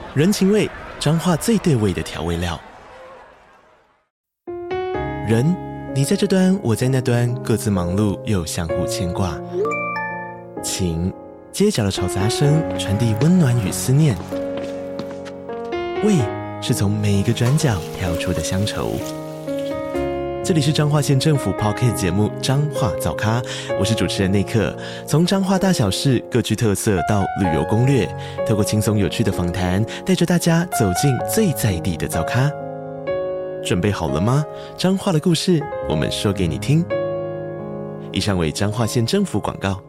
人情味，彰化最对味的调味料。人，你在这端，我在那端，各自忙碌又相互牵挂。情，街角的吵杂声传递温暖与思念。味，是从每一个转角跳出的乡愁。这里是彰化县政府 Podcast 节目《彰化早咖》，我是主持人内克。从彰化大小事各具特色到旅游攻略，透过轻松有趣的访谈，带着大家走进最在地的早咖。准备好了吗？彰化的故事，我们说给你听。以上为彰化县政府广告。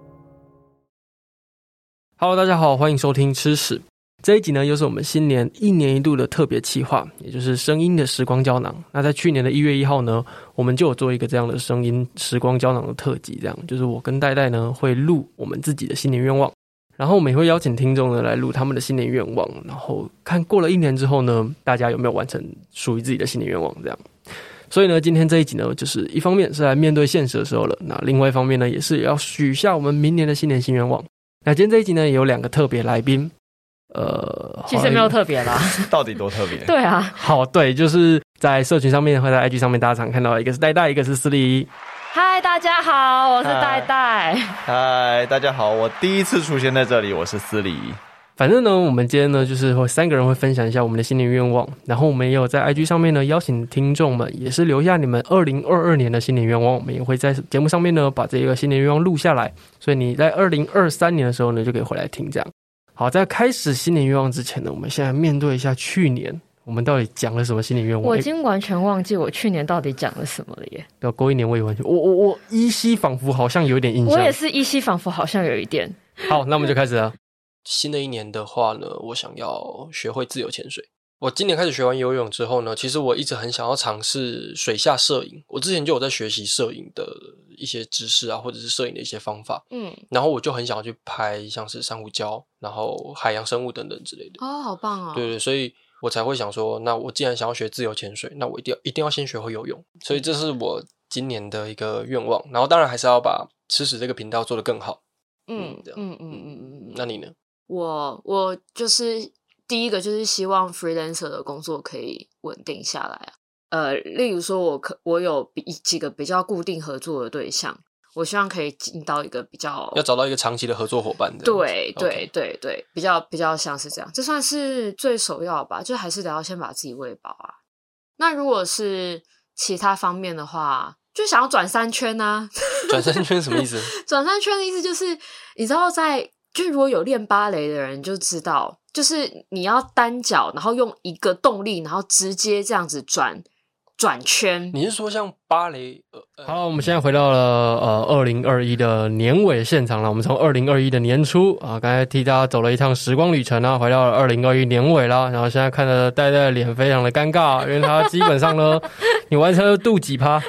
Hello， 大家好，欢迎收听吃史。这一集呢，又是我们新年一年一度的特别企划，也就是声音的时光胶囊。那在去年的1月1号呢，我们就有做一个这样的声音时光胶囊的特辑，这样就是我跟戴戴呢会录我们自己的新年愿望，然后我们也会邀请听众呢来录他们的新年愿望，然后看过了1年之后呢，大家有没有完成属于自己的新年愿望这样。所以呢，今天这一集呢，就是一方面是来面对现实的时候了，那另外一方面呢，也是要许下我们明年的新年新愿望。那今天这一集呢，也有2个特别来宾。 其实没有特别啦。 到底多特别？ 对啊， 好，对，就是在社群上面或在 IG 上面，大家常看到一个是戴戴，一个是思黎。 嗨，大家好，我是戴戴。 嗨，大家好，我第一次出现在这里，我是思黎。 反正呢，我们今天呢，就是3个人会分享一下我们的新年愿望，然后我们也有在 IG 上面呢邀请听众们，也是留下你们2022年的新年愿望，我们也会在节目上面呢把这个新年愿望录下来，所以你在2023年的时候呢就可以回来听这样。好，在开始新年愿望之前呢，我们现在面对一下去年我们到底讲了什么新年愿望。 我已经完全忘记我去年到底讲了什么了耶。 对，过1年我也完全，我依稀仿佛好像有一点印象。 我也是依稀仿佛好像有一点。 好，那我们就开始了。新的一年的话呢，我想要学会自由潜水。我今年开始学完游泳之后呢，其实我一直很想要尝试水下摄影。我之前就有在学习摄影的一些知识啊，或者是摄影的一些方法。然后我就很想要去拍像是珊瑚礁，然后海洋生物等等之类的。 哦，好棒哦！ 对对，所以我才会想说，那我既然想要学自由潜水，那我一定要先学会游泳。所以这是我今年的一个愿望。然后当然还是要把吃史这个频道做得更好。那你呢？ 我就是第一个就是希望 freelancer 的工作可以稳定下来啊。例如说我有几个比较固定合作的对象，我希望可以进到一个比较要找到一个长期的合作伙伴。 对对对对，比较像是这样，这算是最首要吧，就还是得要先把自己喂饱啊。那如果是其他方面的话，就想要转3圈啊。 转3圈什么意思？ 转3圈的意思就是你知道就如果有练芭蕾的人就知道，就是你要单脚，然后用一个动力，然后直接这样子转圈。 你是说像芭蕾？好，我们现在回到了2021的年尾现场了。我们从2021的年初啊，刚才替大家走了一趟时光旅程啊，回到了2021年尾啦。然后现在看着戴戴的脸非常的尴尬，因为他基本上呢，你完成了度几趴？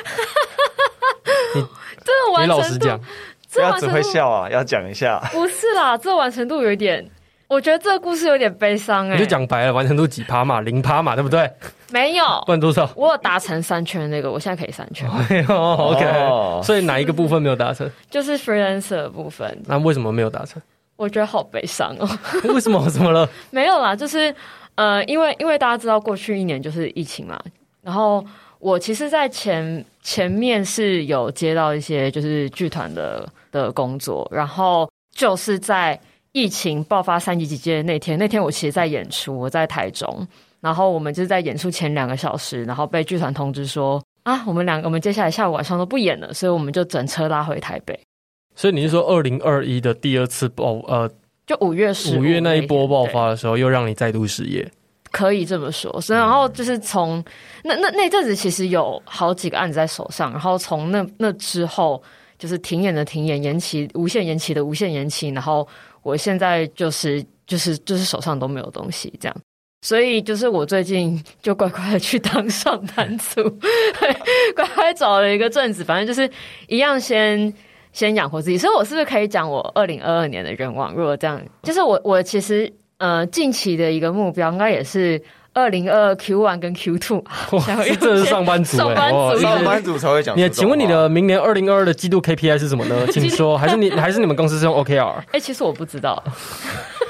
你老实讲。 不要只会笑啊，要讲一下。 不是啦，这完成度有点，我觉得这个故事有点悲伤你就讲白了，完成度几趴嘛，0%嘛，对不对？ 没有， 不然多少？ 我有达成3圈那个，我现在可以3圈。 OK，所以哪一个部分没有达成？ 就是 freelancer 的部分。 那为什么没有达成？ 我觉得好悲伤哦。 为什么？怎么了？ 没有啦，就是因为大家知道过去1年就是疫情嘛，然后我其实在前面是有接到一些就是剧团的工作，然后就是在疫情爆发3级警戒那天我其实在演出，我在台中，然后我们就是在演出前2个小时，然后被剧团通知说啊，我们接下来下午晚上都不演了，所以我们就整车拉回台北。 所以你是说2021的第2次就5月那一波爆发的时候，又让你再度失业？ 可以这么说，所以然后就是从那阵子其实有好几个案子在手上，然后从那之后就是停演的停演，延期无限延期的无限延期，然后我现在就是手上都没有东西这样，所以就是我最近就乖乖的去当上班族，乖乖找了一个正职，反正就是一样先养活自己。所以我是不是可以讲我2022年的愿望？如果这样，就是我其实近期的一个目标应该也是2022 Q1 跟 Q2， 这是上班族上班族才会讲。 请问你的明年2022的季度 KPI 是什么呢？请说，还是你们公司是用 OKR？ 其实我不知道。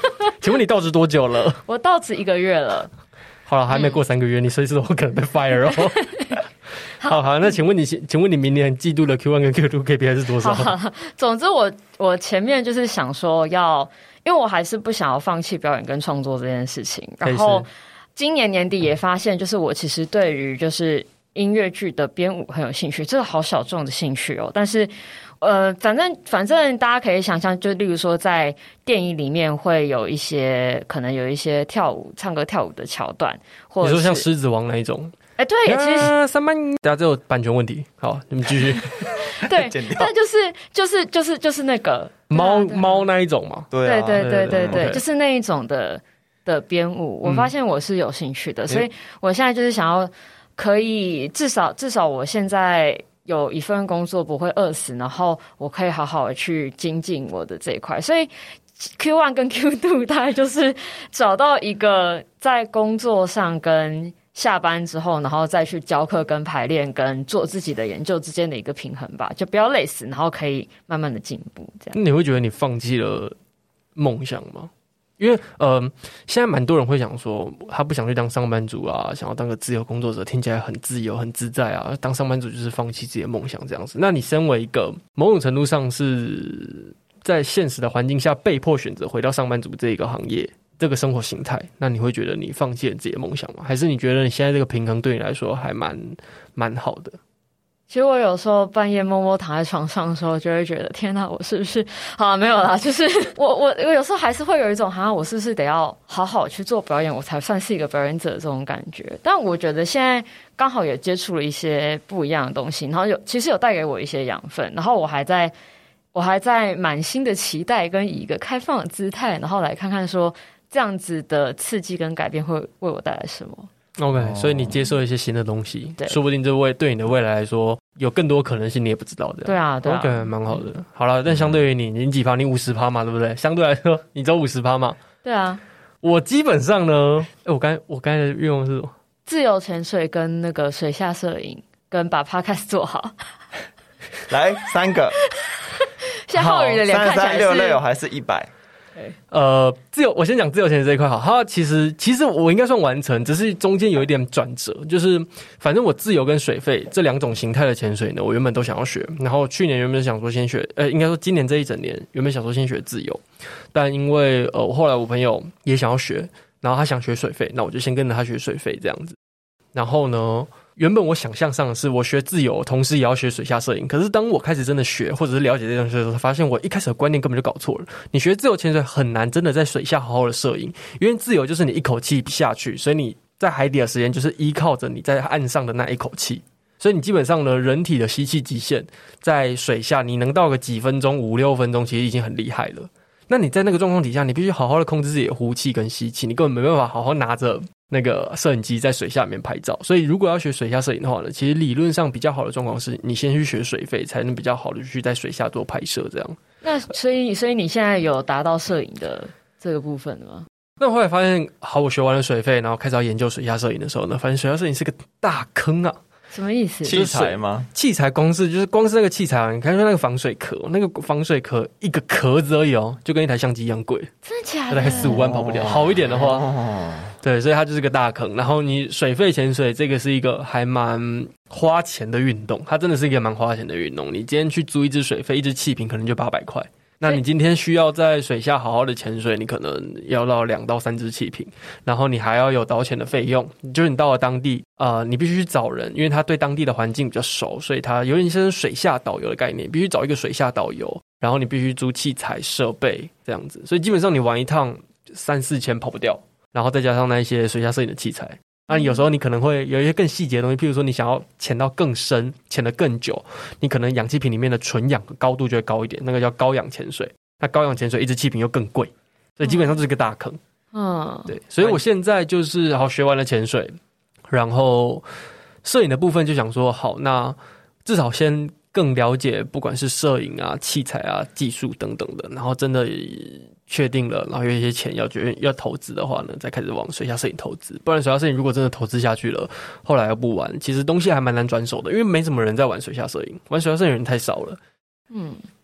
请问你到职多久了？ 我到职1个月了。 好了，还没过3个月，你随时都可能被 fire 哦。好，那请问你明年季度的 Q1 跟 Q2 KPI 是多少？ 总之我前面就是想说因为我还是不想要放弃表演跟创作这件事情，然后今年年底也发现，就是我其实对于就是音乐剧的编舞很有兴趣，这个好小众的兴趣哦，但是反正大家可以想象，就例如说在电影里面会有一些可能有一些唱歌跳舞的桥段，或者是你说像狮子王那一种。 对，其实 3班，大家这有版权问题。好，你们继续。 对，但就是那个猫那一种嘛。 对， 对， 就是那一种的编舞，我发现我是有兴趣的，所以我现在就是想要可以至少我现在有一份工作不会饿死，然后我可以好好的去精进我的这一块，所以。Q1 跟 Q2 大概就是找到一个在工作上跟下班之后，然后再去教课跟排练跟做自己的研究之间的一个平衡吧，就不要累死，然后可以慢慢的进步这样。 你会觉得你放弃了梦想吗？因为现在蛮多人会想说他不想去当上班族啊，想要当个自由工作者，听起来很自由很自在啊，当上班族就是放弃自己的梦想这样子。那你身为一个某种程度上是在现实的环境下被迫选择回到上班族这一个行业这个生活形态，那你会觉得你放弃了自己的梦想吗？还是你觉得你现在这个平衡对你来说还蛮好的？ 其实我有时候半夜默默躺在床上的时候，就会觉得天哪，我是不是没有啦？就是我有时候还是会有一种我是不是得要好好去做表演，我才算是一个表演者这种感觉。但我觉得现在刚好也接触了一些不一样的东西，然后其实有带给我一些养分，然后我还在满心的期待跟以一个开放的姿态，然后来看看说这样子的刺激跟改变会为我带来什么。 OK， 所以你接受一些新的东西， 对， 说不定这对你的未来来说有更多可能性，你也不知道的。 对啊 ，OK， 蛮好的。好了，但相对于你几趴？你50%嘛，对不对？相对来说，你只有50%嘛。 对啊， 我基本上呢，我刚才的愿望是什么？ 自由潜水跟那个水下摄影，跟把 podcast 做好。 来3个。 现在浩宇的脸看起来是 3366还是100？ 我先讲自由潜水这一块好，它其实我应该算完成，只是中间有一点转折，就是反正我自由跟水肺这2种形态的潜水呢，我原本都想要学，然后去年原本想说先学，应该说今年这一整年原本想说先学自由，但因为后来我朋友也想要学，然后他想学水肺，那我就先跟着他学水肺这样子，然后呢。原本我想象上的是我学自由，同时也要学水下摄影。可是当我开始真的学，或者是了解这东西的时候，发现我一开始的观念根本就搞错了。你学自由潜水很难真的在水下好好的摄影，因为自由就是你一口气下去，所以你在海底的时间就是依靠着你在岸上的那一口气。所以你基本上呢，人体的吸气极限在水下你能到个几分钟5-6分钟，其实已经很厉害了。那你在那个状况底下，你必须好好的控制自己的呼气跟吸气，你根本没办法好好拿着那个摄影机在水下面拍照。所以如果要学水下摄影的话呢，其实理论上比较好的状况是你先去学水肺，才能比较好的去在水下做拍摄这样。 那所以你现在有达到摄影的这个部分了吗？ 那我后来发现，好，我学完了水肺，然后开始要研究水下摄影的时候呢，发现水下摄影是个大坑啊。 什么意思？ 器材吗？ 器材光是那个器材啊，你看说那个防水壳，那个防水壳一个壳子而已哦，就跟一台相机一样贵， 真的假的？ 大概4-5万跑不掉，好一点的话，对，所以它就是个大坑。然后你水肺潜水这个是一个还蛮花钱的运动，它真的是一个蛮花钱的运动。你今天去租一支水肺，一支气瓶可能就800块。那你今天需要在水下好好的潜水，你可能要到2到3支气瓶，然后你还要有导潜的费用，就是你到了当地你必须去找人，因为他对当地的环境比较熟，所以他有点像是水下导游的概念，必须找一个水下导游，然后你必须租器材设备这样子，所以基本上你玩一趟3-4千跑不掉，然后再加上那一些水下摄影的器材。那有时候你可能会有一些更细节的东西，譬如说你想要潜到更深，潜得更久，你可能氧气瓶里面的纯氧的高度就会高一点，那个叫高氧潜水。那高氧潜水一支气瓶又更贵，所以基本上就是个大坑。对，所以我现在就是好学完了潜水，然后摄影的部分就想说，好，那至少先更了解不管是摄影啊、器材啊、技术等等的，然后真的确定了，然后有一些钱要投资的话呢，再开始往水下摄影投资。不然水下摄影如果真的投资下去了，后来又不玩，其实东西还蛮难转手的，因为没什么人在玩水下摄影，玩水下摄影的人太少了。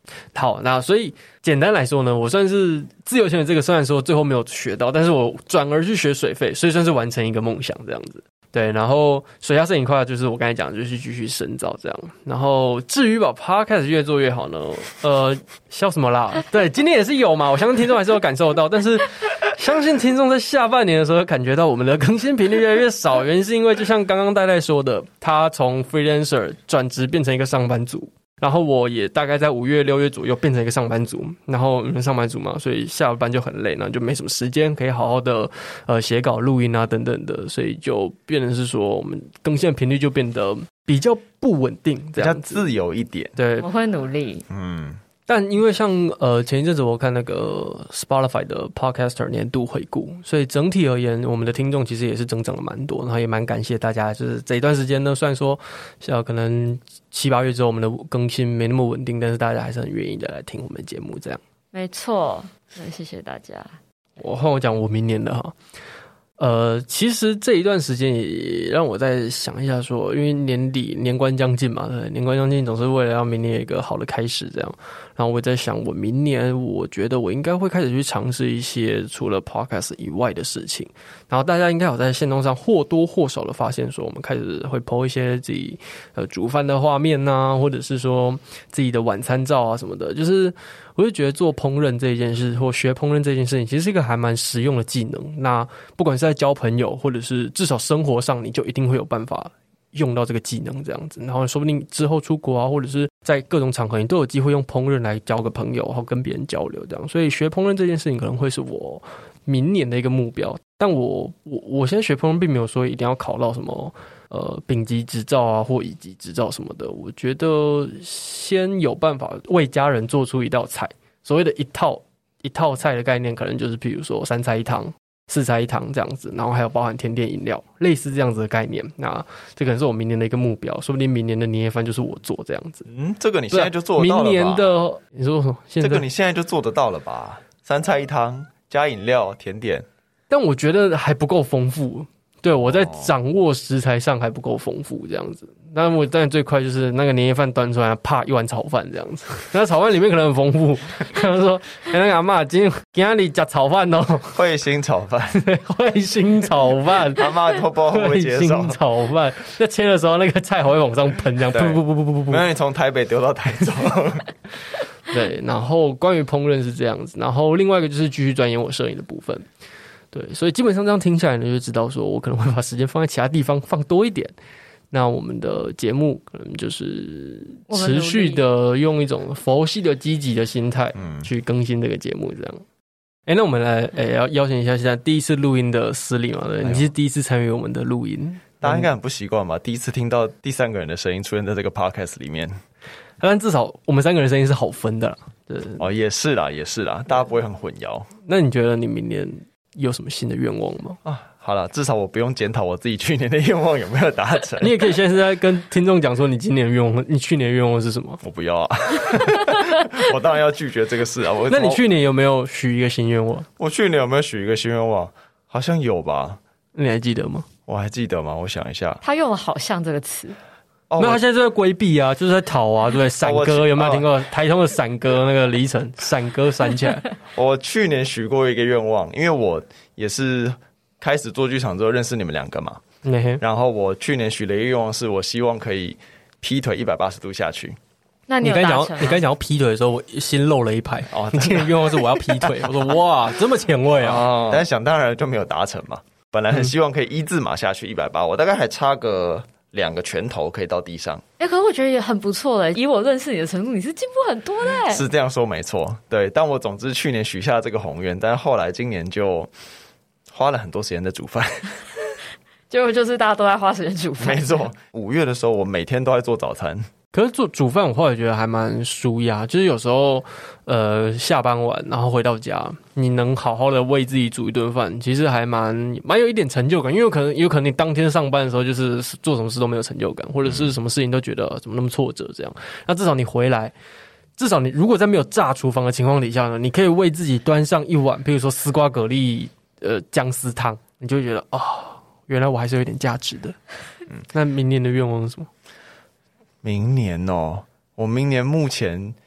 好，那所以简单来说呢，我算是自由潜水这个，虽然说最后没有学到，但是我转而去学水肺，所以算是完成一个梦想这样子。对，然后水下摄影课就是我刚才讲的，就是继续深造这样。然后至于把 podcast 越做越好呢，笑什么啦？对，今天也是有嘛，我相信听众还是有感受到，但是相信听众在下半年的时候感觉到我们的更新频率越来越少，原因是因为就像刚刚戴戴说的，他从 freelancer 转职变成一个上班族。然后我也大概在5月6月左右变成一个上班族，然后上班族嘛，所以下班就很累，然后就没什么时间可以好好的写稿、录音啊等等的，所以就变成是说我们更新的频率就变得比较不稳定，这样子比较自由一点。 对， 我会努力。 但因为像前一阵子我看那个 Spotify 的 Podcaster 年度回顾，所以整体而言，我们的听众其实也是增长了蛮多，然后也蛮感谢大家。就是这一段时间呢，虽然说像可能7、8月之后我们的更新没那么稳定，但是大家还是很愿意的来听我们的节目。这样， 没错，谢谢大家。 我讲我明年的哈。其实这一段时间也让我再想一下说，因为年底年关将近嘛，对，年关将近总是为了让明年有一个好的开始这样。然后我在想，我明年我觉得我应该会开始去尝试一些除了 podcast 以外的事情。然后大家应该有在线动上或多或少的发现说，我们开始会 po 一些自己煮饭的画面啊，或者是说自己的晚餐照啊什么的。就是我就觉得做烹饪这一件事或学烹饪这件事情，其实是一个还蛮实用的技能。那不管是在交朋友，或者是至少生活上，你就一定会有办法用到这个技能这样子，然后说不定之后出国啊，或者是在各种场合，你都有机会用烹饪来交个朋友，然后跟别人交流这样。所以学烹饪这件事情可能会是我明年的一个目标。但我现在学烹饪并没有说一定要考到什么丙级执照啊或乙级执照什么的。我觉得先有办法为家人做出一道菜，所谓的一套菜的概念，可能就是譬如说3菜1汤。4菜1汤这样子，然后还有包含甜点饮料，类似这样子的概念。那这可能是我明年的一个目标，说不定明年的年夜饭就是我做这样子。 这个你现在就做得到了吧？ 明年的你说什么？ 这个你现在就做得到了吧？3菜1汤加饮料甜点， 但我觉得还不够丰富。对，我在掌握食材上还不够丰富这样子。但我当然最快就是那个年夜饭端出来，啪一碗炒饭这样子。那炒饭里面可能很丰富，可能说，那个阿嬷今天你吃炒饭哦， 彗星炒饭， 彗星炒饭， 阿嬷都不知道会不会接受。 彗星炒饭，在切的时候那个菜还会往上喷，这样噗噗噗噗噗噗。 没有，你从台北丢到台中。 对，然后关于烹饪是这样子，然后另外一个就是继续钻研我摄影的部分。对，所以基本上这样听下来呢，就知道说我可能会把时间放在其他地方放多一点。那我们的节目可能就是持续的用一种佛系的积极的心态去更新这个节目，这样。那我们来要邀请一下现在第一次录音的司礼嘛，对，你是第一次参与我们的录音， 大家应该很不习惯吧？第一次听到第3个人的声音出现在这个 podcast 里面， 但至少我们3个人声音是好分的啦。对， 也是啦，大家不会很混淆。 那你觉得你明年有什么新的愿望吗？ 好了，至少我不用检讨我自己去年的愿望有没有达成。 你也可以现在跟听众讲说，你今年的愿望，你去年的愿望是什么？ 我不要啊，我当然要拒绝这个事啊。 那你去年有没有许一个新愿望？ 我去年有没有许一个新愿望？好像有吧？ 你还记得吗？ 我还记得吗？我想一下， 他用了好像这个词。 没有，他现在就在规避啊，就是在逃啊，对不对？闪歌有没有听过？台通的闪歌那个离城，闪歌闪起来。 我去年许过一个愿望，因为我也是开始做剧场之后认识你们2个嘛。然后我去年许了一个愿望，是我希望可以劈腿180度下去。 那你有达成吗？ 你刚讲到劈腿的时候，我心漏了一拍。你今年愿望是我要劈腿，我说哇，这么前卫啊！ 但想当然就没有达成嘛。本来很希望可以1字马下去180，我大概还差个2个拳头可以到地上。 可是我觉得也很不错嘞，以我认识你的程度，你是进步很多的。 是这样说没错，对。但我总之去年许下这个宏愿，但是后来今年就花了很多时间在煮饭。 就是大家都在花时间煮饭。 没错，5月的时候我每天都在做早餐。 可是煮饭我后来觉得还蛮舒压，就是有时候下班晚然后回到家，你能好好的为自己煮一顿饭，其实还蛮有一点成就感。因为有可能你当天上班的时候就是做什么事都没有成就感，或者是什么事情都觉得怎么那么挫折这样。那至少你回来，至少你如果在没有炸厨房的情况底下呢，你可以为自己端上一碗比如说丝瓜蛤蜊姜丝汤，你就会觉得原来我还是有点价值的。那明年的愿望是什么？ 明年我明年目前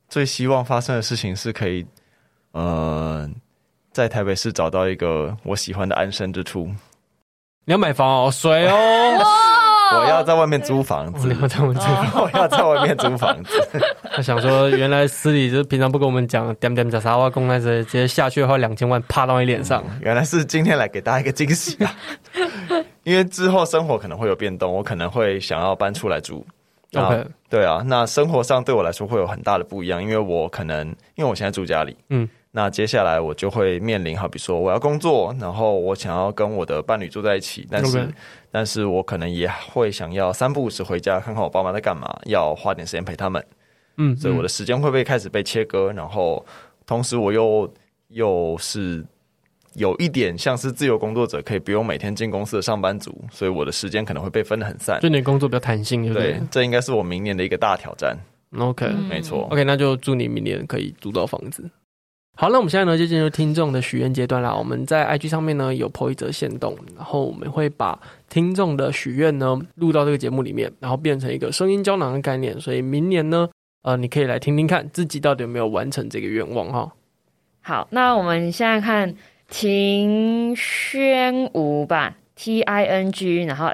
最希望发生的事情是可以在台北市找到一个我喜欢的安身之处。 你要买房哦，水哦。 我要在外面租房子，我要在外面租房子。 他想说，原来司理就是平常不跟我们讲，点假沙挖工那些，直接下去的话2000万趴到你脸上。 原来是今天来给大家一个惊喜啊！因为之后生活可能会有变动，我可能会想要搬出来住。 OK， 对啊，那生活上对我来说会有很大的不一样，因为我现在住家里，那接下来我就会面临，好比说我要工作，然后我想要跟我的伴侣住在一起，但是我可能也会想要3不5时回家看看我爸妈在干嘛，要花点时间陪他们。所以我的时间会不会开始被切割？然后同时我又是有一点像是自由工作者，可以不用每天进公司的上班族，所以我的时间可能会被分得很散。 就你的工作比较弹性，对不对？ 对，这应该是我明年的一个大挑战。 OK， 没错。 OK， 那就祝你明年可以租到房子。好，那我们现在呢就进入听众的许愿阶段啦。我们在 IG 上面呢有 po 一则限动，然后我们会把听众的许愿呢录到这个节目里面，然后变成一个声音胶囊的概念。所以明年呢，你可以来听听看自己到底有没有完成这个愿望哈。 好，那我们现在看庭宣吾吧 ，TING， 然后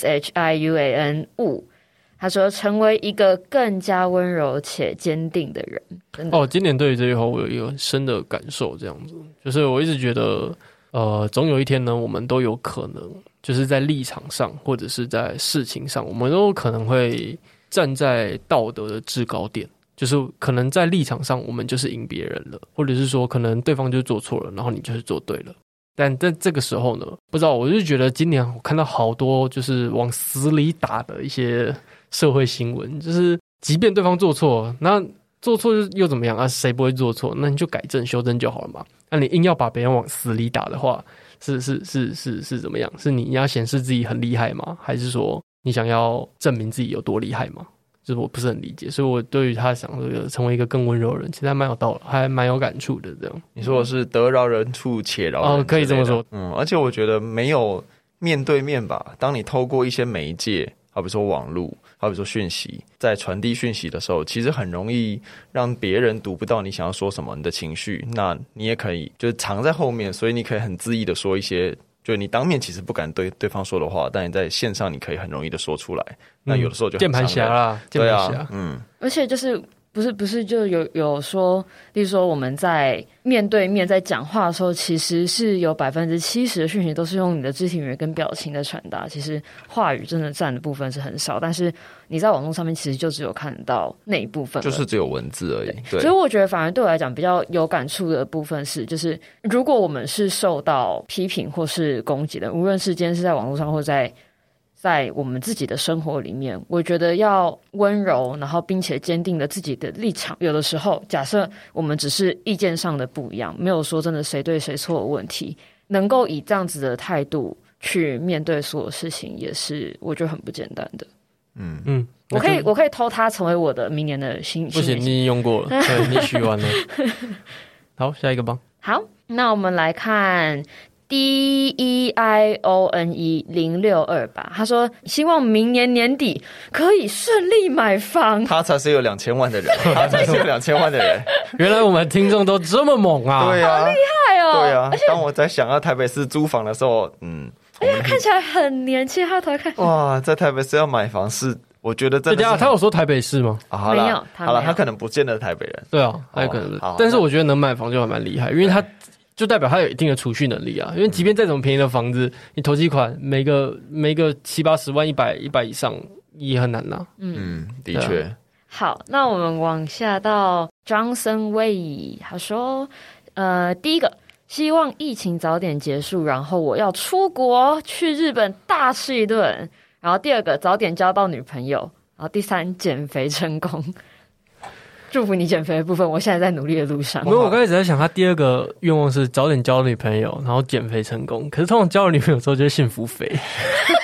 SHIUAN 吾。他说：“成为一个更加温柔且坚定的人。” 今年对于这句话我有一个很深的感受，这样子，就是我一直觉得，总有一天呢，我们都有可能，就是在立场上或者是在事情上，我们都有可能会站在道德的制高点，就是可能在立场上我们就是赢别人了，或者是说可能对方就是做错了，然后你就是做对了。但在这个时候呢，不知道，我就觉得今年我看到好多就是往死里打的一些社会新闻，就是即便对方做错，那做错又怎么样啊？谁不会做错？那你就改正修正就好了嘛。那你硬要把别人往死里打的话，是怎么样？是你要显示自己很厉害吗？还是说你想要证明自己有多厉害吗？就是我不是很理解，所以我对于他想成为一个更温柔的人，其实还蛮有道理，还蛮有感触的。这样你说的是得饶人处且饶人， 可以这么说。 而且我觉得没有面对面吧，当你透过一些媒介，好比说网络，好比说讯息，在传递讯息的时候，其实很容易让别人读不到你想要说什么，你的情绪，那你也可以就是藏在后面，所以你可以很恣意的说一些。就你当面其实不敢对对方说的话，但你在线上你可以很容易的说出来。那有的时候就键盘侠啦， 对啊， 而且就是不是就有说，例如说我们在面对面在讲话的时候，其实是有70%的讯息都是用你的肢体语言跟表情的传达，其实话语真的占的部分是很少，但是你在网络上面其实就只有看到那一部分， 就是只有文字而已。对， 所以我觉得反而对我来讲比较有感触的部分是，就是如果我们是受到批评或是攻击的，无论是今天是在网络上或在我们自己的生活里面，我觉得要温柔，然后并且坚定的自己的立场。有的时候，假设我们只是意见上的不一样，没有说真的谁对谁错的问题，能够以这样子的态度去面对所有事情，也是我觉得很不简单的。我可以偷它成为我的明年的新。 不行，你已经用过了，对，你许完了。好，下一个吧。 好，那我们来看。DEIONE062吧，他说希望明年年底可以顺利买房。 他才是有2000万的人，他才是有2000万的人。 原来我们听众都这么猛啊！ 对啊， 好厉害哦！ 对啊，当我在想要台北市租房的时候， 而且他看起来很年轻，他头看哇，在台北市要买房是。我觉得真的是他有说台北市吗？ 没有， 好了，他可能不见得台北人。 对啊，他可能，但是我觉得能买房就还蛮厉害，因为他就代表他有一定的储蓄能力啊。因为即便再怎么便宜的房子，你头期款每个70-80万100以上也很难拿。 的确。 好，那我们往下到 Johnson Wei， 他说，第一个。希望疫情早点结束，然后我要出国去日本大吃一顿。然后第二个，早点交到女朋友。然后第三，减肥成功。祝福你减肥的部分，我现在在努力的路上。 因为我刚才一直在想，他第二个愿望是早点交女朋友，然后减肥成功。可是通常交了女朋友之后就是幸福肥。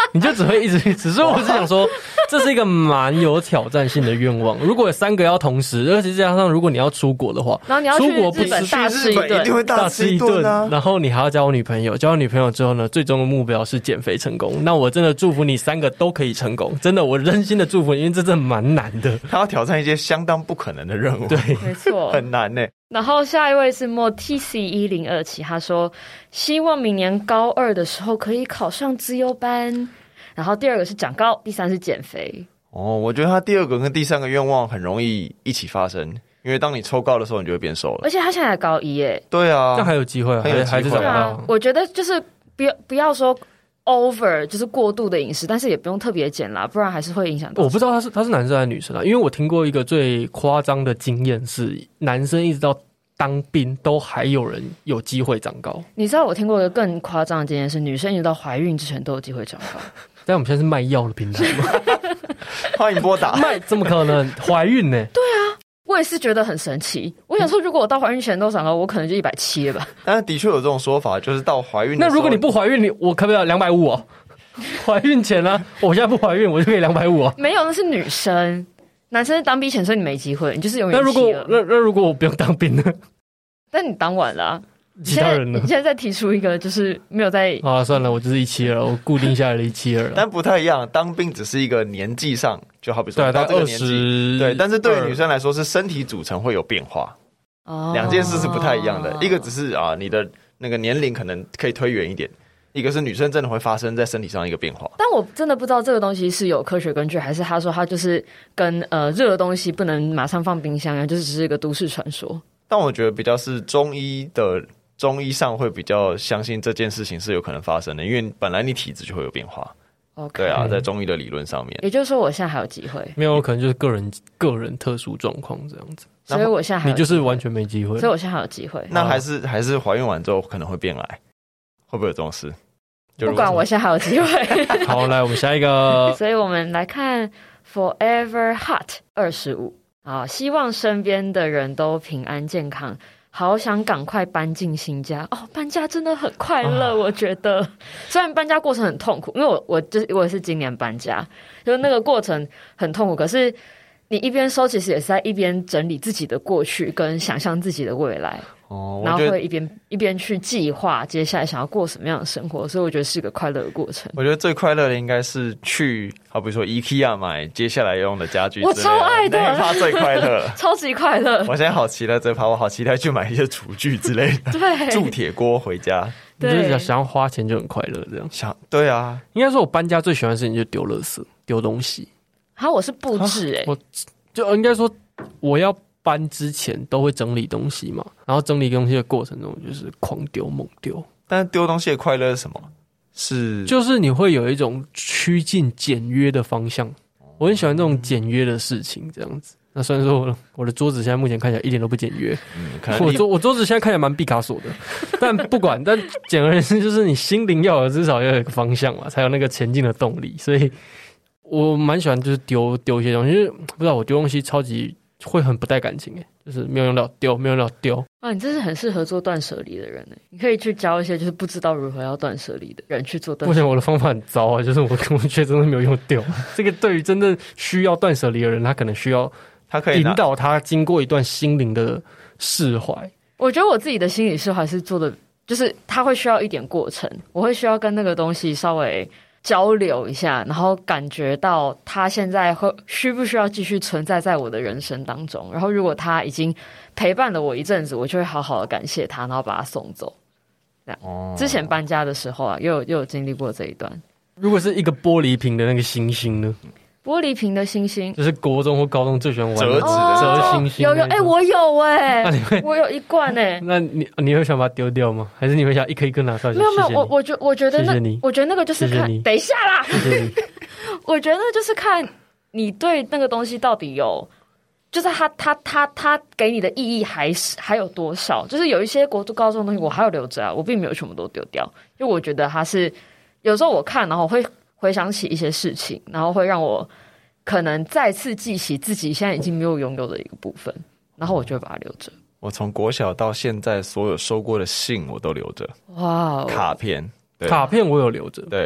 你就只会一直，只是我是想说，这是一个蛮有挑战性的愿望。如果有3个要同时，而且加上如果你要出国的话， 然后你要去日本大吃一顿， 一定会大吃一顿啊。 然后你还要交女朋友，交女朋友之后呢，最终的目标是减肥成功。那我真的祝福你3个都可以成功，真的，我真心的祝福你，因为这真的蛮难的。 他要挑战一些相当不可能的任务， 对， 没错， 很难呢。 然后下一位是 MoTC1027，他说希望明年高2的时候可以考上资优班。然后第2个是长高，第3是减肥。 我觉得他第2个跟第3个愿望很容易一起发生，因为当你抽高的时候，你就会变瘦了。 而且他现在高1耶。 对啊， 这样还有机会啊，还是长不到。 我觉得就是不要说 over， 就是过度的饮食，但是也不用特别减啦，不然还是会影响到。 我不知道他是男生还是女生啊，因为我听过一个最夸张的经验是，男生一直到当兵都还有人有机会长高。 你知道我听过一个更夸张的经验是，女生一直到怀孕之前都有机会长高。 但我们现在是卖药的平台吗？ 欢迎拨打。 卖怎么可能？怀孕呢？ 对啊，我也是觉得很神奇。我想说，如果我到怀孕前都长高，我可能就170了吧。 但是的确有这种说法，就是到怀孕的时候， 那如果你不怀孕，我可不可以250哦？怀孕前呢、我现在不怀孕，我就可以250哦。 没有，那是女生，男生是当兵前，所以你没机会，你就是永远。 那如果我不用当兵呢？ 但你当晚了、啊。 其他人呢？ 你现在再提出一个，就是没有在算了，我就是172了，我固定下来了172了。 但不太一样，当兵只是一个年纪上，就好比说到这个年纪，对，但是对于女生来说是身体组成会有变化，两件事是不太一样的。一个只是你的那个年龄可能可以推远一点，一个是女生真的会发生在身体上一个变化。 但我真的不知道这个东西是有科学根据，还是他说他就是跟热的东西不能马上放冰箱一样，就是只是一个都市传说。 但我觉得比较是中医上会比较相信这件事情是有可能发生的，因为本来你体质就会有变化。 Okay. 对啊，在中医的理论上面， 也就是说我现在还有机会。 没有，可能就是个人特殊状况这样子， 所以我现在还有你就是完全没机会， 所以我现在还有机会。 那还是怀孕完之后可能会变矮，会不会有这种事？ 不管，我现在还有机会。 好，来我们下一个， 所以我们来看 Forever Hot 25啊，希望身边的人都平安健康。好想赶快搬进新家哦！搬家真的很快乐，我觉得。虽然搬家过程很痛苦，因为我也是今年搬家，就是那个过程很痛苦。可是你一边收，其实也是在一边整理自己的过去，跟想象自己的未来。然后会一边去计划接下来想要过什么样的生活，所以我觉得是个快乐的过程。 我觉得最快乐的应该是去，好比说 IKEA 买接下来用的家具之类的， 我超爱的， 那一趴最快乐， 超级快乐。 我现在好期待这一趴，我好期待去买一些厨具之类的， 对， 铸铁锅回家。 对，就是想要花钱就很快乐这样。 对啊， 应该说我搬家最喜欢的事情就是丢垃圾、丢东西。 我是布置我就应该说我要搬之前都会整理东西嘛，然后整理东西的过程中就是狂丢猛丢。 但是丢东西的快乐是什么？ 就是你会有一种趋近简约的方向。我很喜欢这种简约的事情，这样子。那虽然说我的桌子现在目前看起来一点都不简约，我桌子现在看起来蛮毕卡索的，但不管，但简而言之就是你心灵至少要有一个方向嘛，才有那个前进的动力。所以我蛮喜欢就是丢一些东西，就是不知道我丢东西超级会很不带感情就是没有用到丢，没有用到丢。 你这是很适合做断舍离的人你可以去教一些就是不知道如何要断舍离的人去做断舍离。 目前我的方法很糟啊，就是我觉得真的没有用丢。这个对于真正需要断舍离的人，他可能需要他可以引导他经过一段心灵的释怀。 我觉得我自己的心理释怀是做的，就是他会需要一点过程，我会需要跟那个东西稍微交流一下，然后感觉到他现在需不需要继续存在在我的人生当中，然后如果他已经陪伴了我一阵子，我就会好好的感谢他，然后把他送走。之前搬家的时候又有经历过这一段。 如果是一个玻璃瓶的那个星星呢？ 玻璃瓶的星星就是国中或高中最喜欢玩折纸的折星星。 有我有我有一罐那你会想把它丢掉吗？还是你会想一颗一颗拿出来？ 没有，我觉得那个就是看，等一下啦，我觉得就是看你对那个东西到底有，就是他给你的意义还有多少？就是有一些国中高中的东西我还有留着我并没有全部都丢掉，因为我觉得它是有时候我看然后会回想起一些事情，然后会让我可能再次记起自己现在已经没有拥有的一个部分，然后我就会把它留着。 我从国小到现在所有收过的信我都留着。 哇， 卡片我有留着。对，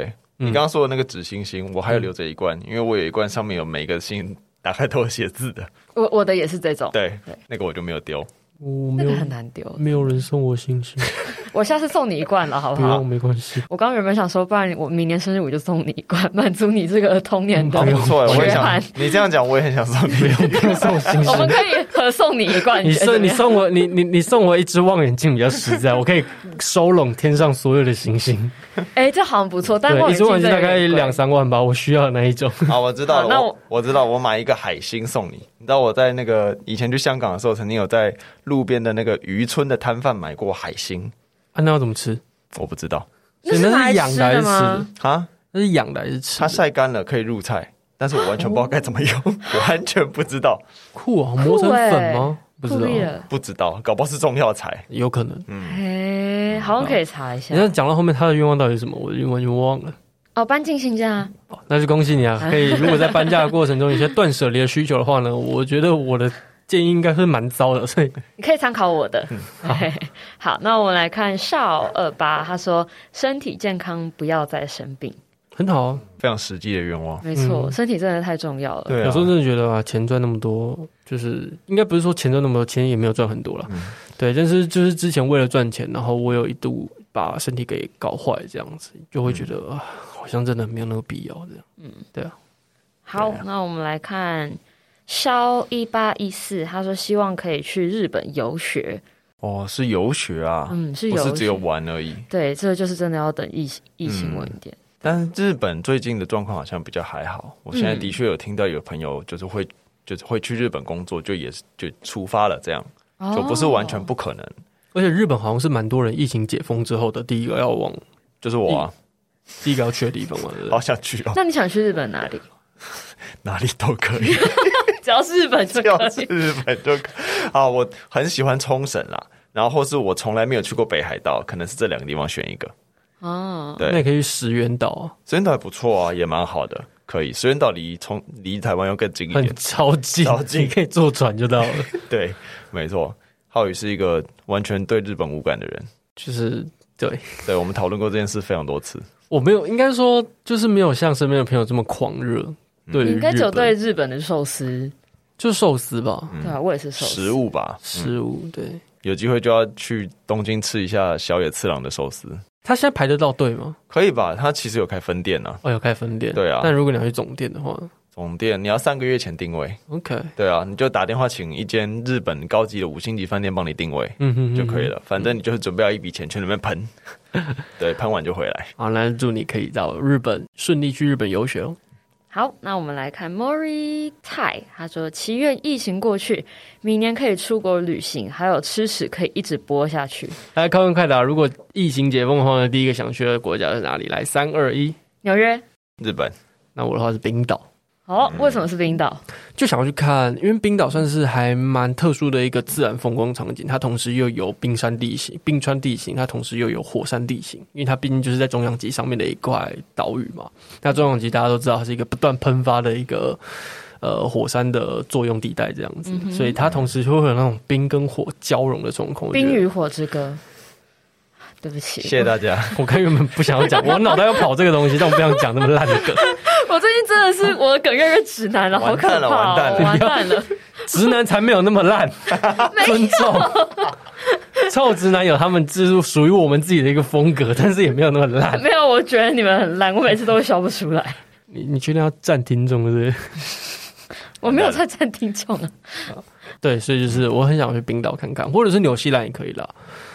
你刚刚说的那个纸星星，我还有留着一罐，因为我有一罐上面有每个星打开都有写字的。 我的也是这种， 对，那个我就没有丢。 那个很难丢， 没有人送我星星。 我下次送你一罐了，好不好？ 不用，没关系。 我刚刚原本想说，不然我明年生日我就送你一罐，满足你这个童年的不错，我也缺憾。 你这样讲，我也很想送你， 不用送星星。 我们可以合送你一罐。 你送我，你送我一只望远镜比较实在，我可以收拢天上所有的星星。 这好像不错，但一只望远镜大概2-3万吧，我需要的那一种。 好，我知道了。我知道，我买一个海星送你。你知道我在那个以前去香港的时候，曾经有在路边的那个渔村的摊贩买过海星。 那要怎么吃？ 我不知道。 那是养的还是吃的？ 啊， 那是养的还是吃的？ 它晒干了可以入菜，但是我完全不知道该怎么用，我完全不知道。 酷啊，磨成粉吗？不知道，搞不好是中药材， 有可能。 好像可以查一下。 你要讲到后面他的愿望到底是什么，我完全忘了。 搬进新家。 那就恭喜你啊！可以，如果在搬家的过程中有些断舍离的需求的话呢，我觉得我的建议应该是蛮糟的，所以你可以参考我的。好，那我们来看少28，他说身体健康，不要再生病。 很好啊， 非常实际的愿望。 没错，身体真的太重要了。 对啊， 有时候真的觉得钱赚那么多，就是应该不是说钱赚那么多，钱也没有赚很多了。对，但是就是之前为了赚钱，然后我有一度把身体给搞坏，这样子就会觉得好像真的没有那个必要这样。对啊。 好，那我们来看肖1814，他说希望可以去日本游学。 是游学啊， 是游学， 不是只有玩而已。 对，这就是真的要等疫情稳一点。 但是日本最近的状况好像比较还好，我现在的确有听到有朋友就是会去日本工作，就出发了，这样就不是完全不可能。 而且日本好像是蛮多人疫情解封之后的第一个要往， 就是我啊， 第一个要去的地方嘛。 好想去哦。 那你想去日本哪里？ 哪里都可以， 只要是日本就可以。 只要是日本就可以。好，我很喜欢冲绳啦，然后或是我从来没有去过北海道，可能是这2个地方选一个。对， 那也可以去石垣岛啊。 石垣岛还不错啊，也蛮好的，可以。石垣岛离台湾又更近一点， 很超近，你可以坐船就到了。 对，没错。浩宇是一个完全对日本无感的人， 就是对， 我们讨论过这件事非常多次。 我没有，应该说就是没有像身边的朋友这么狂热。对， 应该只有对日本的寿司， 就寿司吧。 对啊，我也是寿司。 食物吧， 食物对。 有机会就要去东京吃一下小野次郎的寿司。 他现在排得到队吗？ 可以吧，他其实有开分店啊。 有开分店。 对啊， 但如果你要去总店的话， 总店你要3个月前定位。 OK。 对啊，你就打电话请一间日本高级的5星级饭店帮你定位，就可以了。反正你就是准备要一笔钱去那边喷，对，喷完就回来。 好，那祝你可以到日本顺利去日本游学哦。 好，那我们来看 Mori Tai， 他说祈愿疫情过去，明年可以出国旅行，还有吃屎可以一直播下去。 来，快问快答，如果疫情解封的话呢，第一个想去的国家是哪里？来，3、2、1， 纽约、 日本。 那我的话是冰岛。 为什么是冰岛？ 就想要去看，因为冰岛算是还蛮特殊的一个自然风光场景，它同时又有冰川地形、冰川地形，它同时又有火山地形，因为它毕竟就是在中央极上面的一块岛屿嘛。那中央极大家都知道它是一个不断喷发的一个火山的作用地带这样子，所以它同时就会有那种冰跟火交融的状况。 冰与火之歌。对不起， 谢谢大家。 我刚原本不想要讲，我脑袋要跑这个东西，但我不想讲那么烂的梗。 我最近真的是我的梗越来越直男了，好可怕完蛋了！ 直男才没有那么烂，尊重。臭直男有他们属于我们自己的一个风格，但是也没有那么烂。 没有，我觉得你们很烂，我每次都会笑不出来。 你确定要占听众对不对？ 我没有在占听众啊。 对，所以就是我很想去冰岛看看，或者是纽西兰也可以啦。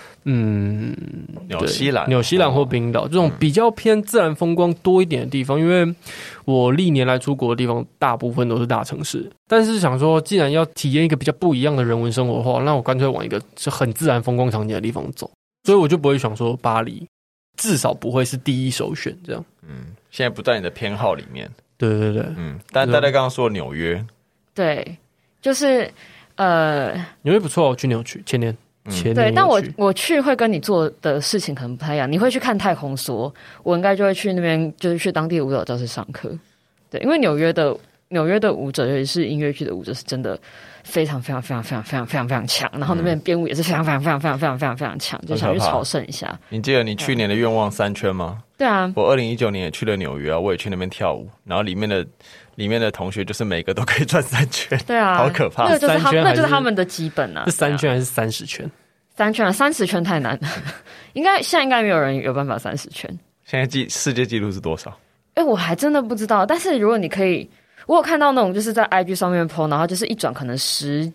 纽西兰或冰岛这种比较偏自然风光多一点的地方，因为我历年来出国的地方大部分都是大城市，但是想说既然要体验一个比较不一样的人文生活的话，那我干脆往一个是很自然风光场景的地方走，所以我就不会想说巴黎，至少不会是第一首选这样。 现在不在你的偏好里面。 对对对， 但大家刚刚说纽约， 对，就是纽约不错，我去年有去，前年。 对，但我去会跟你做的事情可能不太一样。你会去看太空梭，我应该就会去那边，就是去当地的舞蹈教室上课。对，因为纽约的舞者，尤其是音乐剧的舞者，是真的非常非常非常非常非常非常非常强。然后那边编舞也是非常非常非常非常非常非常非常强，就想去朝圣一下。 你记得你去年的愿望3圈吗？ 对啊， 我2019年也去了纽约啊，我也去那边跳舞，然后里面的同学就是每个都可以转3圈， 对啊， 好可怕。 那就是他们的基本啊。 是3圈还是30圈 ？3圈啊，30圈太难了。现在应该没有人有办法30圈。 现在世界纪录是多少？ 我还真的不知道。但是如果你可以，我有看到那种就是在 IG 上面 po， 然后就是一转可能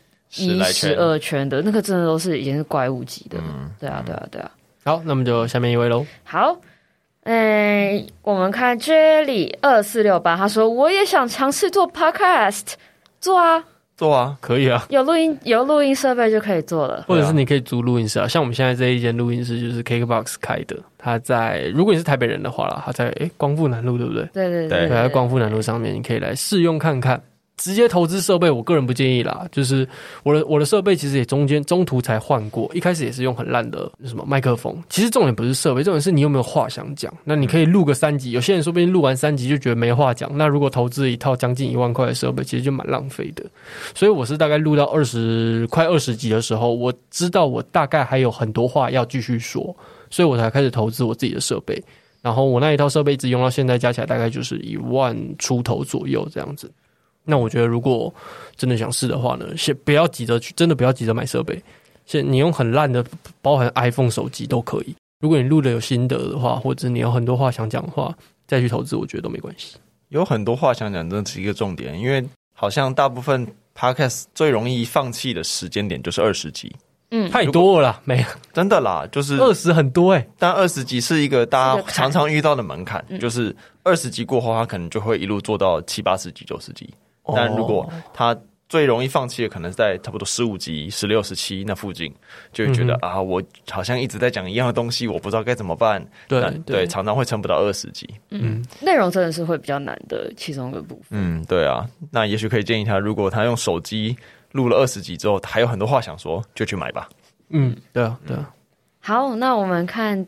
11、12圈的，那个真的都是已经是怪物级的。对啊。 好，那我们就下面一位咯。 好，我们看 Jelly2468，他说我也想尝试做 podcast， 做啊， 可以啊， 有录音设备就可以做了， 或者是你可以租录音室啊。像我们现在这一间录音室就是 KKBOX 开的，它在如果你是台北人的话啦，它在光复南路，对不对？ 对， 在光复南路上面，你可以来试用看看。直接投资设备，我个人不建议啦。就是我的设备其实也中途才换过，一开始也是用很烂的什么麦克风。其实重点不是设备，重点是你有没有话想讲。那你可以录个3集，有些人说不定录完3集就觉得没话讲。那如果投资一套将近1万块的设备，其实就蛮浪费的。所以我是大概录到快20集的时候，我知道我大概还有很多话要继续说，所以我才开始投资我自己的设备。然后我那一套设备一直用到现在，加起来大概就是1万出头左右这样子。那我觉得，如果真的想试的话呢，先不要急着去，真的不要急着买设备。你用很烂的，包含 iPhone 手机都可以。如果你录的有心得的话，或者你有很多话想讲的话，再去投资，我觉得都没关系。 有很多话想讲，真的是一个重点，因为好像大部分 Podcast 最容易放弃的时间点就是20集。 太多了啦，没有真的啦，就是 20很多但20集是一个大家常常遇到的门槛，就是20集过后，他可能就会一路做到70、80集、90集。但如果他最容易放弃的，可能是在差不多15集、16、17那附近，就会觉得我好像一直在讲一样的东西，我不知道该怎么办。对，常常会撑不到20集。 内容真的是会比较难的其中一个部分。 对啊，那也许可以建议他，如果他用手机录了20集之后，还有很多话想说，就去买吧。 对啊。 好，那我们看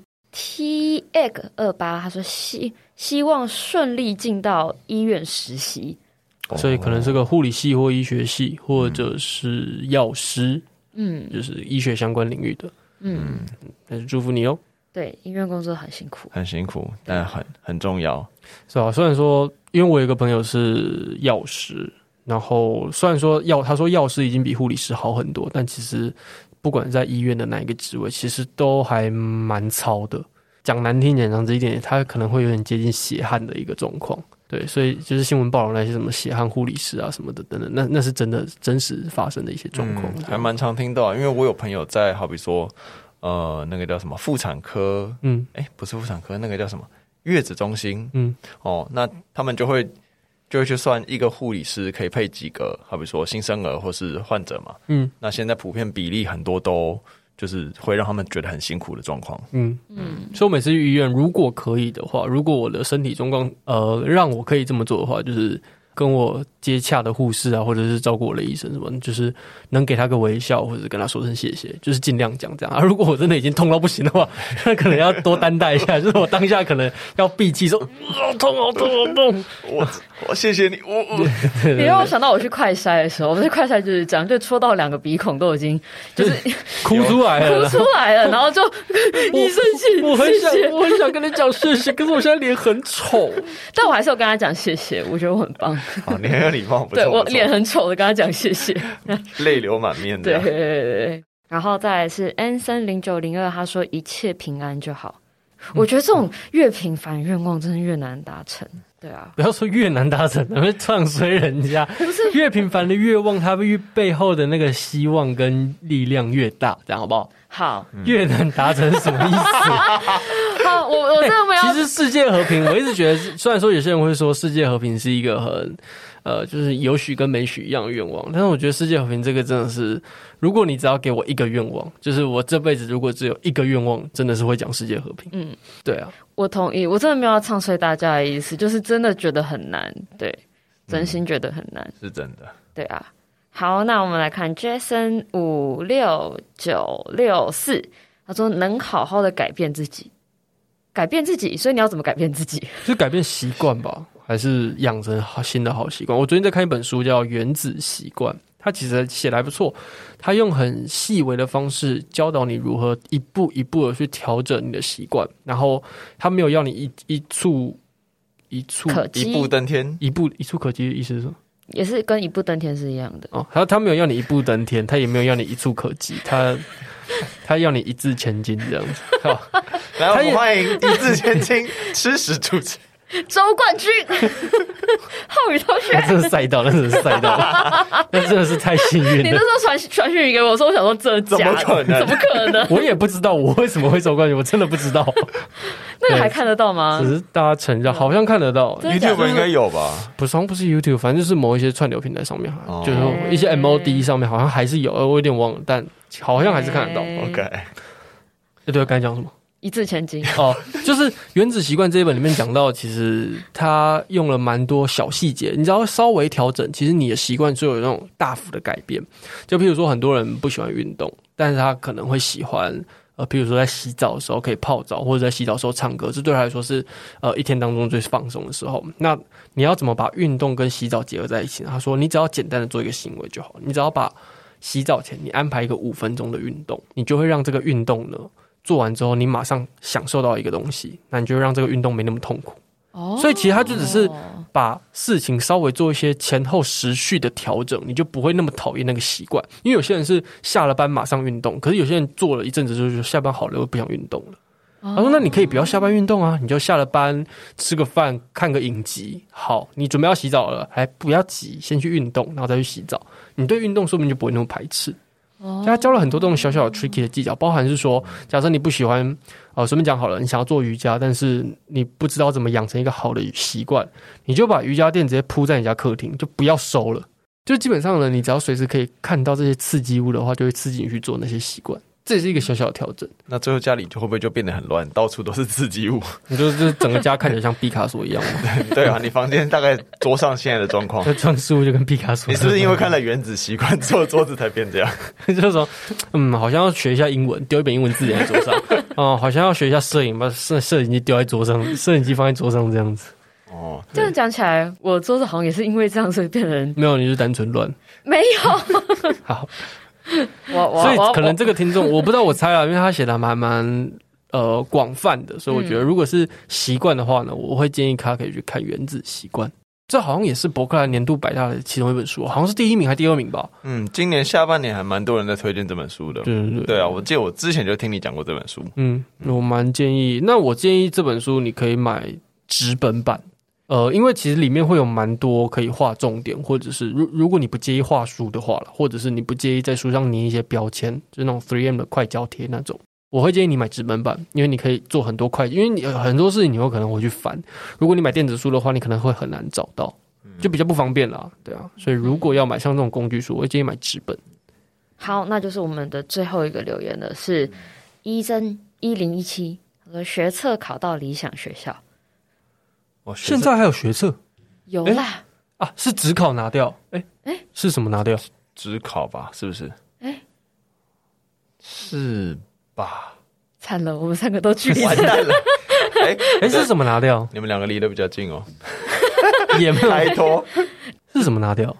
TEgg28，他说希望顺利进到医院实习。 所以可能是个护理系或医学系，或者是药师，就是医学相关领域的，但是祝福你哦。 对，医院工作很辛苦， 很辛苦，但很重要， 是吧？虽然说，因为我有一个朋友是药师，然后虽然说他说药师已经比护理师好很多，但其实不管在医院的哪一个职位，其实都还蛮操的。讲难听点，讲这一点，他可能会有点接近血汗的一个状况。对，所以就是新闻报道那些什么血汗护理师啊什么的等等，那是真的真实发生的一些状况， 还蛮常听到。因为我有朋友在，好比说，那个叫什么妇产科，不是妇产科，那个叫什么月子中心，那他们就会去算一个护理师可以配几个，好比说新生儿或是患者嘛，那现在普遍比例很多都就是会让他们觉得很辛苦的状况。 所以我每次去医院，如果可以的话，如果我的身体状况让我可以这么做的话，就是跟我接洽的护士啊，或者是照顾我的医生什么，就是能给他个微笑，或者跟他说声谢谢，就是尽量讲这样啊。如果我真的已经痛到不行的话，那可能要多担待一下，就是我当下可能要闭气说好痛好痛好痛， 我谢谢你。 你让我想到我去快筛的时候，我去快筛就是这样，就戳到2个鼻孔都已经就是哭出来了， 然后就医生谢谢， 我很想跟你讲谢谢，可是我现在脸很丑， 但我还是有跟他讲谢谢，我觉得我很棒。 你很有礼貌，不错。 对，我脸很丑的跟他讲谢谢， 泪流满面的。 对。然后再来是 N30902，他说一切平安就好。我觉得这种越平凡愿望真的越难达成。对啊， 不要说越难达成，会唱衰人家。越平凡的愿望，它背后的那个希望跟力量越大，这样好不好？ 好， 越难达成是什么意思？ 好，我真的没有。 其实世界和平，我一直觉得，虽然说有些人会说世界和平是一个很就是有许跟没许一样的愿望，但是我觉得世界和平这个真的是，如果你只要给我一个愿望，就是我这辈子如果只有一个愿望，真的是会讲世界和平。对啊， 我同意，我真的没有要唱衰大家的意思，就是真的觉得很难，对，真心觉得很难， 是真的。 对啊，好，那我们来看 Jason 56964，他说能好好的改变自己，所以你要怎么改变自己？ 就改变习惯吧。还是养成新的好习惯。我最近在看一本书叫《原子习惯》， 他其实写得还不错，他用很细微的方式教导你如何一步一步的去调整你的习惯，然后他没有要你一蹴登天，一蹴可及的意思是什么？ 也是跟一步登天是一样的哦。他没有要你一步登天，他也没有要你一蹴可及，他要你一字千金这样子。 来，我们欢迎一字千金吃食主持周冠军浩宇同学。 那真的赛道，那真的是赛道，那真的是太幸运了。 你那时候传讯给我说，我想说这假的，怎么可能？ 我也不知道我为什么会周冠军，我真的不知道。 那个还看得到吗？ 只是大家承认，好像看得到。 YouTube 应该有吧？ 不是 YouTube， 反正就是某一些串流平台上面，就是一些 MOD 上面好像还是有，我有点忘了，但好像还是看得到。 OK， 对，刚才讲什么？ 一字千金哦，就是《原子习惯》这一本里面讲到，其实他用了蛮多小细节，你只要稍微调整，其实你的习惯就有那种大幅的改变。就譬如说，很多人不喜欢运动，但是他可能会喜欢譬如说在洗澡的时候可以泡澡，或者在洗澡的时候唱歌，这对他来说是一天当中最放松的时候。那你要怎么把运动跟洗澡结合在一起呢？他说，你只要简单的做一个行为就好，你只要把洗澡前你安排一个5分钟的运动，你就会让这个运动呢做完之后，你马上享受到一个东西，那你就会让这个运动没那么痛苦。所以其实它就只是把事情稍微做一些前后时序的调整，你就不会那么讨厌那个习惯。因为有些人是下了班马上运动，可是有些人做了一阵子就是下班好了又不想运动了。他说：“那你可以不要下班运动啊，你就下了班吃个饭，看个影集。好，你准备要洗澡了，还不要急，先去运动，然后再去洗澡。你对运动说不定就不会那么排斥。”他教了很多这种小小的 tricky 的技巧，包含是说，假设你不喜欢，随便讲好了，你想要做瑜伽，但是你不知道怎么养成一个好的习惯，你就把瑜伽垫直接铺在你家客厅，就不要收了。就基本上呢，你只要随时可以看到这些刺激物的话，就会刺激你去做那些习惯。这也是一个小小的调整。那最后家里就会不会就变得很乱，到处都是刺激物？ 你就是整个家看起来像毕卡索一样吗？ 对啊，你房间大概桌上现在的状况， 装饰物就跟毕卡索一样。 你是不是因为看了《原子习惯》做桌子才变这样？ 就是说，好像要学一下英文，丢一本英文字典在桌上。好像要学一下摄影，把摄影机丢在桌上，摄影机放在桌上这样子。 这样讲起来，我桌子好像也是因为这样，所以变成没有，你是单纯乱， 没有。 好。所以可能这个听众我不知道，我猜啦，因为他写的蛮广泛的，所以我觉得如果是习惯的话呢，我会建议他可以去看《原子习惯》，这好像也是伯克莱年度100大的其中一本书，好像是第1名还是第2名吧？ 今年下半年还蛮多人在推荐这本书的。对啊，我记得我之前就听你讲过这本书。 我蛮建议。那我建议这本书你可以买纸本版。因为其实里面会有蛮多可以画重点，或者是如果你不介意画书的话啦，或者是你不介意在书上粘一些标签，就是那种 3M 的快胶贴那种，我会建议你买纸本版，因为你可以做很多因为你很多事情你有可能会去翻，如果你买电子书的话，你可能会很难找到，就比较不方便啦，对啊，所以如果要买像这种工具书，我会建议买纸本。 好，那就是我们的最后一个留言了，是1017和学测考到理想学校。 现在还有学测？ 有啦。 是指考拿掉？是什么拿掉？ 指考吧，是不是？是吧？ 惨了，我们3个都距离完蛋了。 是什么拿掉？ 你们2个离得比较近哦。 也没有开脱。 是什么拿掉？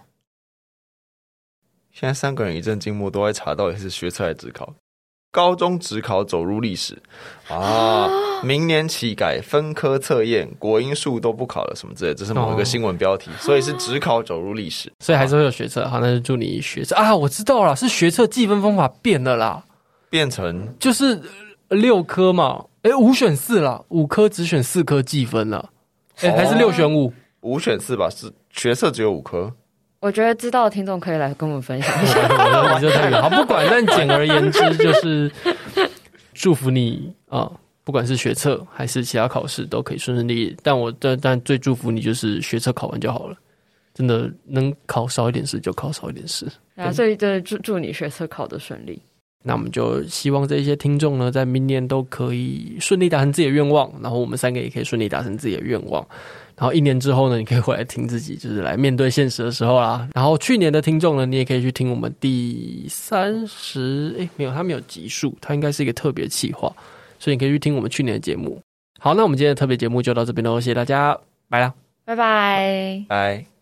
现在3个人一阵静默，都在查到底是学测还是指考。高中指考走入历史明年起改分科测验，国英数都不考了什么之类的，这是某一个新闻标题，所以是指考走入历史， 所以还是会有学测。好，那就祝你学测我知道了，是学测计分方法变了啦， 变成就是6科嘛，5选4啦，5科只选4科计分了，还是6选5，5 选4吧，是学测只有5科。 我觉得知道的听众可以来跟我们分享一下。 我觉得太远，好，不管，但简而言之就是祝福你不管是学测还是其他考试都可以顺顺利利。但最祝福你就是学测考完就好了，真的能考少一点试就考少一点试。 所以就祝你学测考得顺利。 那我们就希望这些听众呢，在明年都可以顺利达成自己的愿望，然后我们3个也可以顺利达成自己的愿望。然后1年之后呢，你可以回来听自己，就是来面对现实的时候啦。然后去年的听众呢，你也可以去听我们第30，没有，它没有集数，它应该是一个特别企划，所以你可以去听我们去年的节目。好，那我们今天的特别节目就到这边喽，谢谢大家，拜啦， 拜拜， 拜。